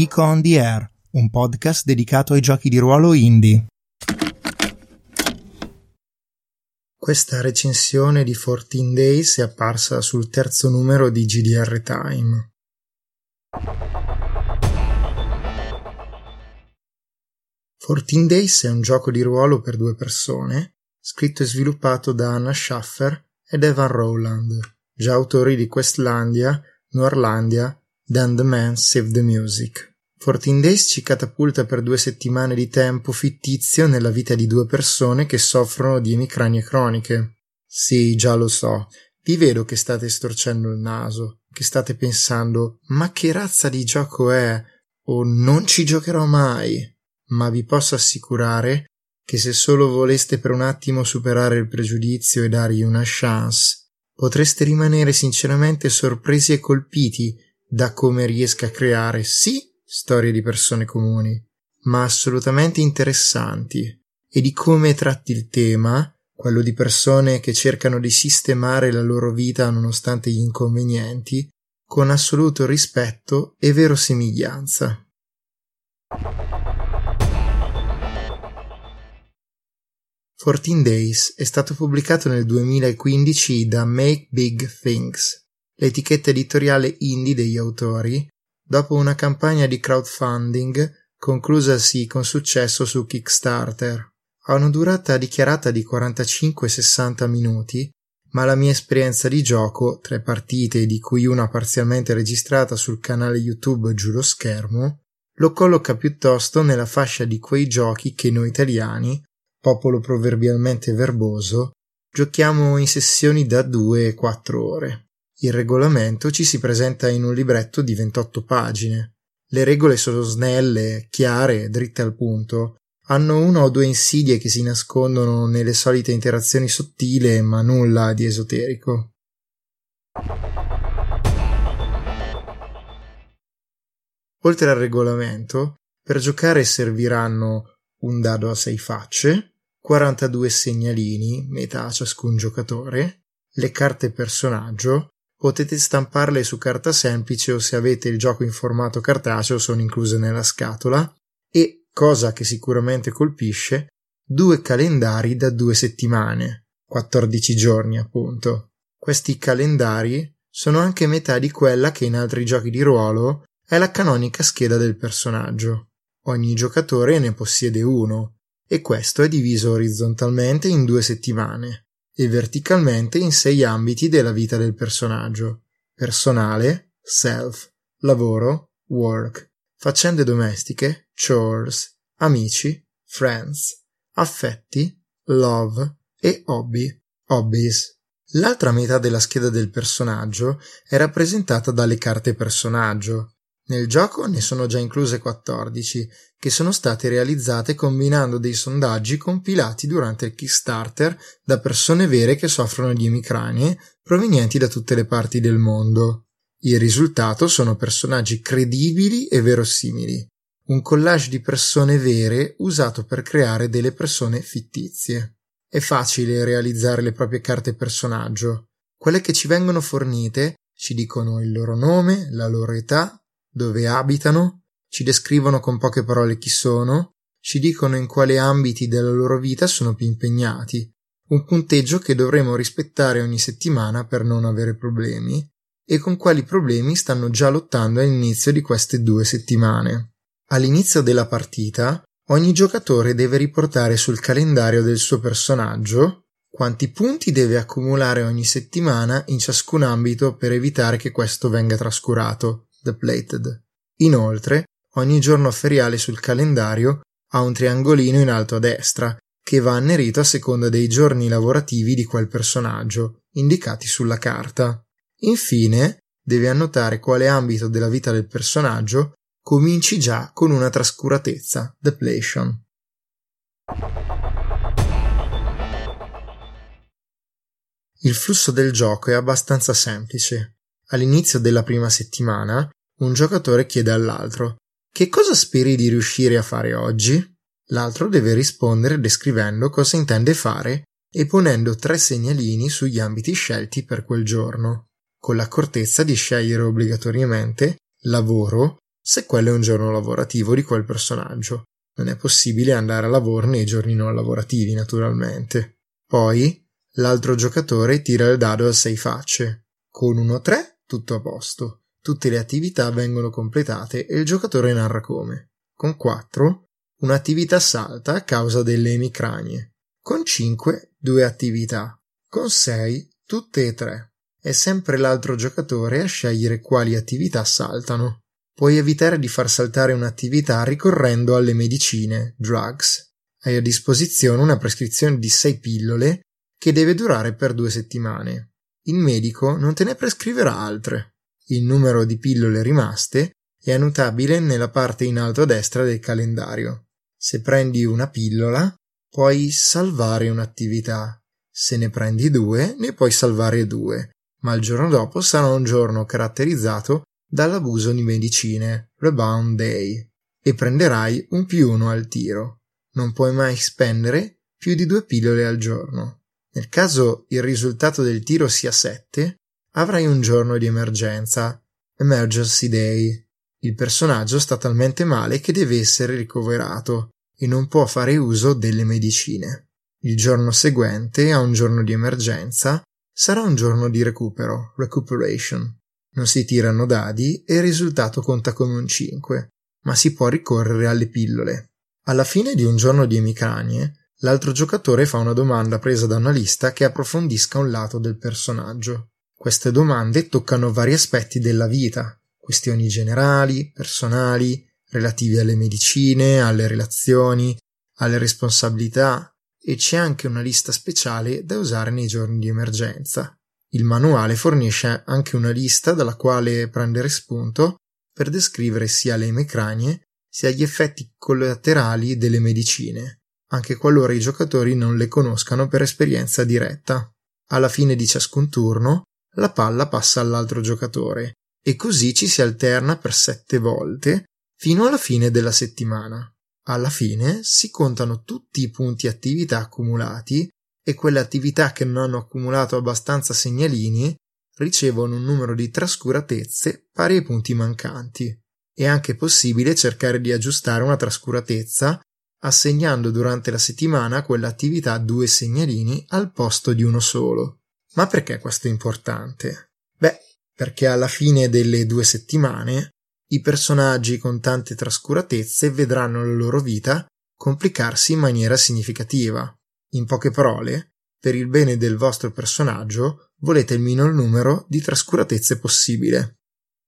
Nico on the Air, un podcast dedicato ai giochi di ruolo indie. Questa recensione di 14 Days è apparsa sul terzo numero di GDR Time. "14 Days è un gioco di ruolo per 2 persone, scritto e sviluppato da Anna Schaffer ed Evan Rowland, già autori di Questlandia, Noirlandia, Then the Man Saved the Music. 14 Days ci catapulta per 2 settimane di tempo fittizio nella vita di 2 persone che soffrono di emicranie croniche. Sì, già lo so, vi vedo che state storcendo il naso, che state pensando «ma che razza di gioco è?» o «non ci giocherò mai». Ma vi posso assicurare che se solo voleste per un attimo superare il pregiudizio e dargli una chance, potreste rimanere sinceramente sorpresi e colpiti da come riesca a creare, sì, storie di persone comuni, ma assolutamente interessanti, e di come tratti il tema, quello di persone che cercano di sistemare la loro vita nonostante gli inconvenienti, con assoluto rispetto e verosimiglianza. "14 Days è stato pubblicato nel 2015 da Make Big Things, l'etichetta editoriale indie degli autori, dopo una campagna di crowdfunding conclusasi con successo su Kickstarter. Ha una durata dichiarata di 45-60 minuti, ma la mia esperienza di gioco, 3 partite di cui una parzialmente registrata sul canale YouTube Giù lo Schermo, lo colloca piuttosto nella fascia di quei giochi che noi italiani, popolo proverbialmente verboso, giochiamo in sessioni da 2-4 ore. Il regolamento ci si presenta in un libretto di 28 pagine. Le regole sono snelle, chiare, dritte al punto. Hanno 1 o 2 insidie che si nascondono nelle solite interazioni sottili, ma nulla di esoterico. Oltre al regolamento, per giocare serviranno un dado a 6 facce, 42 segnalini, metà a ciascun giocatore, le carte personaggio. Potete stamparle su carta semplice o, se avete il gioco in formato cartaceo, sono incluse nella scatola, e, cosa che sicuramente colpisce, 2 calendari da 2 settimane, 14 giorni appunto. Questi calendari sono anche metà di quella che in altri giochi di ruolo è la canonica scheda del personaggio. Ogni giocatore ne possiede uno, e questo è diviso orizzontalmente in 2 settimane. E verticalmente in 6 ambiti della vita del personaggio: personale, self, lavoro, work, faccende domestiche, chores, amici, friends, affetti, love e hobbies. L'altra metà della scheda del personaggio è rappresentata dalle carte personaggio. Nel gioco ne sono già incluse 14, che sono state realizzate combinando dei sondaggi compilati durante il Kickstarter da persone vere che soffrono di emicranie provenienti da tutte le parti del mondo. Il risultato sono personaggi credibili e verosimili, un collage di persone vere usato per creare delle persone fittizie. È facile realizzare le proprie carte personaggio. Quelle che ci vengono fornite ci dicono il loro nome, la loro età, dove abitano, ci descrivono con poche parole chi sono, ci dicono in quali ambiti della loro vita sono più impegnati, un punteggio che dovremo rispettare ogni settimana per non avere problemi, e con quali problemi stanno già lottando all'inizio di queste 2 settimane. All'inizio della partita, ogni giocatore deve riportare sul calendario del suo personaggio quanti punti deve accumulare ogni settimana in ciascun ambito per evitare che questo venga trascurato. Depleted. Inoltre, ogni giorno feriale sul calendario ha un triangolino in alto a destra, che va annerito a seconda dei giorni lavorativi di quel personaggio, indicati sulla carta. Infine, deve annotare quale ambito della vita del personaggio cominci già con una trascuratezza, depletion. Il flusso del gioco è abbastanza semplice. All'inizio della prima settimana, un giocatore chiede all'altro: "Che cosa speri di riuscire a fare oggi?" L'altro deve rispondere descrivendo cosa intende fare e ponendo 3 segnalini sugli ambiti scelti per quel giorno, con l'accortezza di scegliere obbligatoriamente lavoro, se quello è un giorno lavorativo di quel personaggio. Non è possibile andare a lavoro nei giorni non lavorativi, naturalmente. Poi l'altro giocatore tira il dado a 6 facce. Con 1-3 tutto a posto. Tutte le attività vengono completate e il giocatore narra come. Con 4 un'attività salta a causa delle emicranie. Con 5 2 attività. Con 6 tutte e 3. È sempre l'altro giocatore a scegliere quali attività saltano. Puoi evitare di far saltare un'attività ricorrendo alle medicine, drugs. Hai a disposizione una prescrizione di 6 pillole che deve durare per 2 settimane. Il medico non te ne prescriverà altre. Il numero di pillole rimaste è annotabile nella parte in alto a destra del calendario. Se prendi una pillola, puoi salvare un'attività. Se ne prendi 2, ne puoi salvare 2, ma il giorno dopo sarà un giorno caratterizzato dall'abuso di medicine, Rebound Day, e prenderai un +1 al tiro. Non puoi mai spendere più di 2 pillole al giorno. Nel caso il risultato del tiro sia 7, avrai un giorno di emergenza, Emergency Day. Il personaggio sta talmente male che deve essere ricoverato e non può fare uso delle medicine. Il giorno seguente a un giorno di emergenza sarà un giorno di recupero, Recuperation. Non si tirano dadi e il risultato conta come un 5, ma si può ricorrere alle pillole. Alla fine di un giorno di emicranie, l'altro giocatore fa una domanda presa da una lista che approfondisca un lato del personaggio. Queste domande toccano vari aspetti della vita, questioni generali, personali, relativi alle medicine, alle relazioni, alle responsabilità, e c'è anche una lista speciale da usare nei giorni di emergenza. Il manuale fornisce anche una lista dalla quale prendere spunto per descrivere sia le emicranie sia gli effetti collaterali delle medicine, anche qualora i giocatori non le conoscano per esperienza diretta. Alla fine di ciascun turno, la palla passa all'altro giocatore e così ci si alterna per 7 volte fino alla fine della settimana. Alla fine si contano tutti i punti attività accumulati e quelle attività che non hanno accumulato abbastanza segnalini ricevono un numero di trascuratezze pari ai punti mancanti. È anche possibile cercare di aggiustare una trascuratezza assegnando durante la settimana a quell'attività 2 segnalini al posto di uno solo. Ma perché questo è importante? Perché alla fine delle 2 settimane i personaggi con tante trascuratezze vedranno la loro vita complicarsi in maniera significativa. In poche parole, per il bene del vostro personaggio, volete il minor numero di trascuratezze possibile.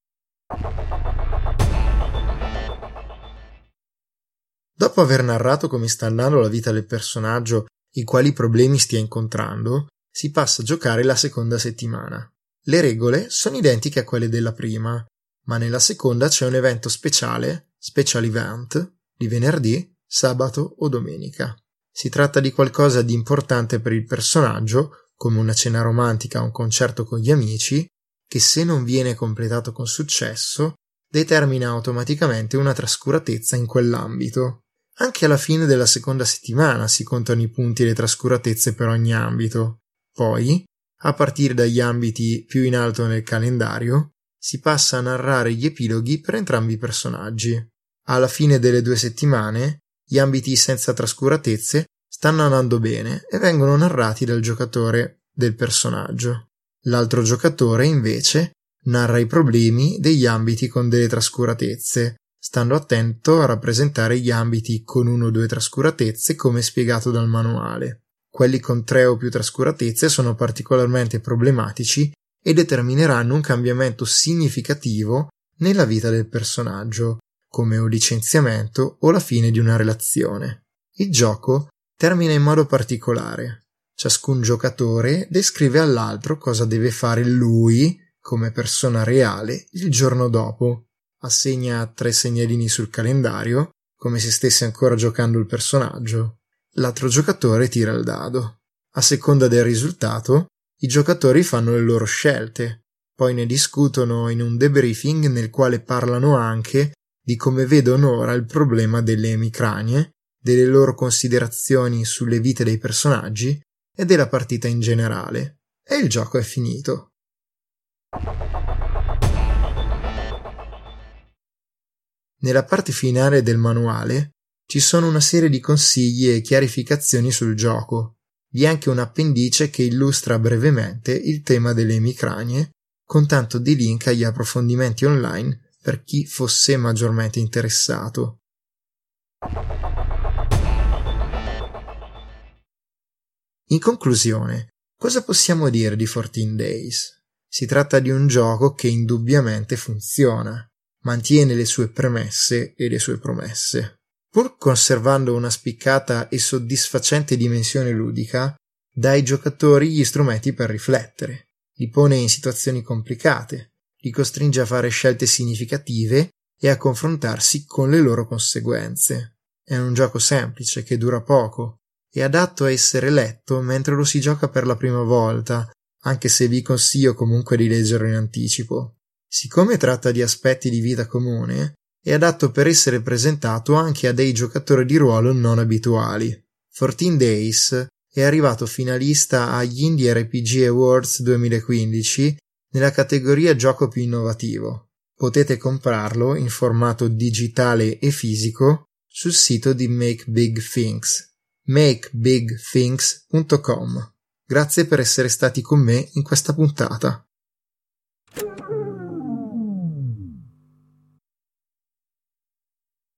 Dopo aver narrato come sta andando la vita del personaggio e quali problemi stia incontrando, si passa a giocare la seconda settimana. Le regole sono identiche a quelle della prima, ma nella seconda c'è un evento speciale, special event, di venerdì, sabato o domenica. Si tratta di qualcosa di importante per il personaggio, come una cena romantica o un concerto con gli amici, che se non viene completato con successo, determina automaticamente una trascuratezza in quell'ambito. Anche alla fine della seconda settimana si contano i punti e le trascuratezze per ogni ambito. Poi, a partire dagli ambiti più in alto nel calendario, si passa a narrare gli epiloghi per entrambi i personaggi. Alla fine delle 2 settimane, gli ambiti senza trascuratezze stanno andando bene e vengono narrati dal giocatore del personaggio. L'altro giocatore, invece, narra i problemi degli ambiti con delle trascuratezze, stando attento a rappresentare gli ambiti con 1 o 2 trascuratezze come spiegato dal manuale. Quelli con 3 o più trascuratezze sono particolarmente problematici e determineranno un cambiamento significativo nella vita del personaggio, come un licenziamento o la fine di una relazione. Il gioco termina in modo particolare. Ciascun giocatore descrive all'altro cosa deve fare lui, come persona reale, il giorno dopo. Assegna 3 segnalini sul calendario, come se stesse ancora giocando il personaggio. L'altro giocatore tira il dado. A seconda del risultato, i giocatori fanno le loro scelte, poi ne discutono in un debriefing nel quale parlano anche di come vedono ora il problema delle emicranie, delle loro considerazioni sulle vite dei personaggi e della partita in generale. E il gioco è finito. Nella parte finale del manuale ci sono una serie di consigli e chiarificazioni sul gioco. Vi è anche un appendice che illustra brevemente il tema delle emicranie, con tanto di link agli approfondimenti online per chi fosse maggiormente interessato. In conclusione, cosa possiamo dire di 14 Days? Si tratta di un gioco che indubbiamente funziona, mantiene le sue premesse e le sue promesse. Pur conservando una spiccata e soddisfacente dimensione ludica, dà ai giocatori gli strumenti per riflettere, li pone in situazioni complicate, li costringe a fare scelte significative e a confrontarsi con le loro conseguenze. È un gioco semplice che dura poco e adatto a essere letto mentre lo si gioca per la prima volta, anche se vi consiglio comunque di leggerlo in anticipo. Siccome tratta di aspetti di vita comune, è adatto per essere presentato anche a dei giocatori di ruolo non abituali. 14 Days è arrivato finalista agli Indie RPG Awards 2015 nella categoria gioco più innovativo. Potete comprarlo in formato digitale e fisico sul sito di Make Big Things, makebigthings.com. Grazie per essere stati con me in questa puntata.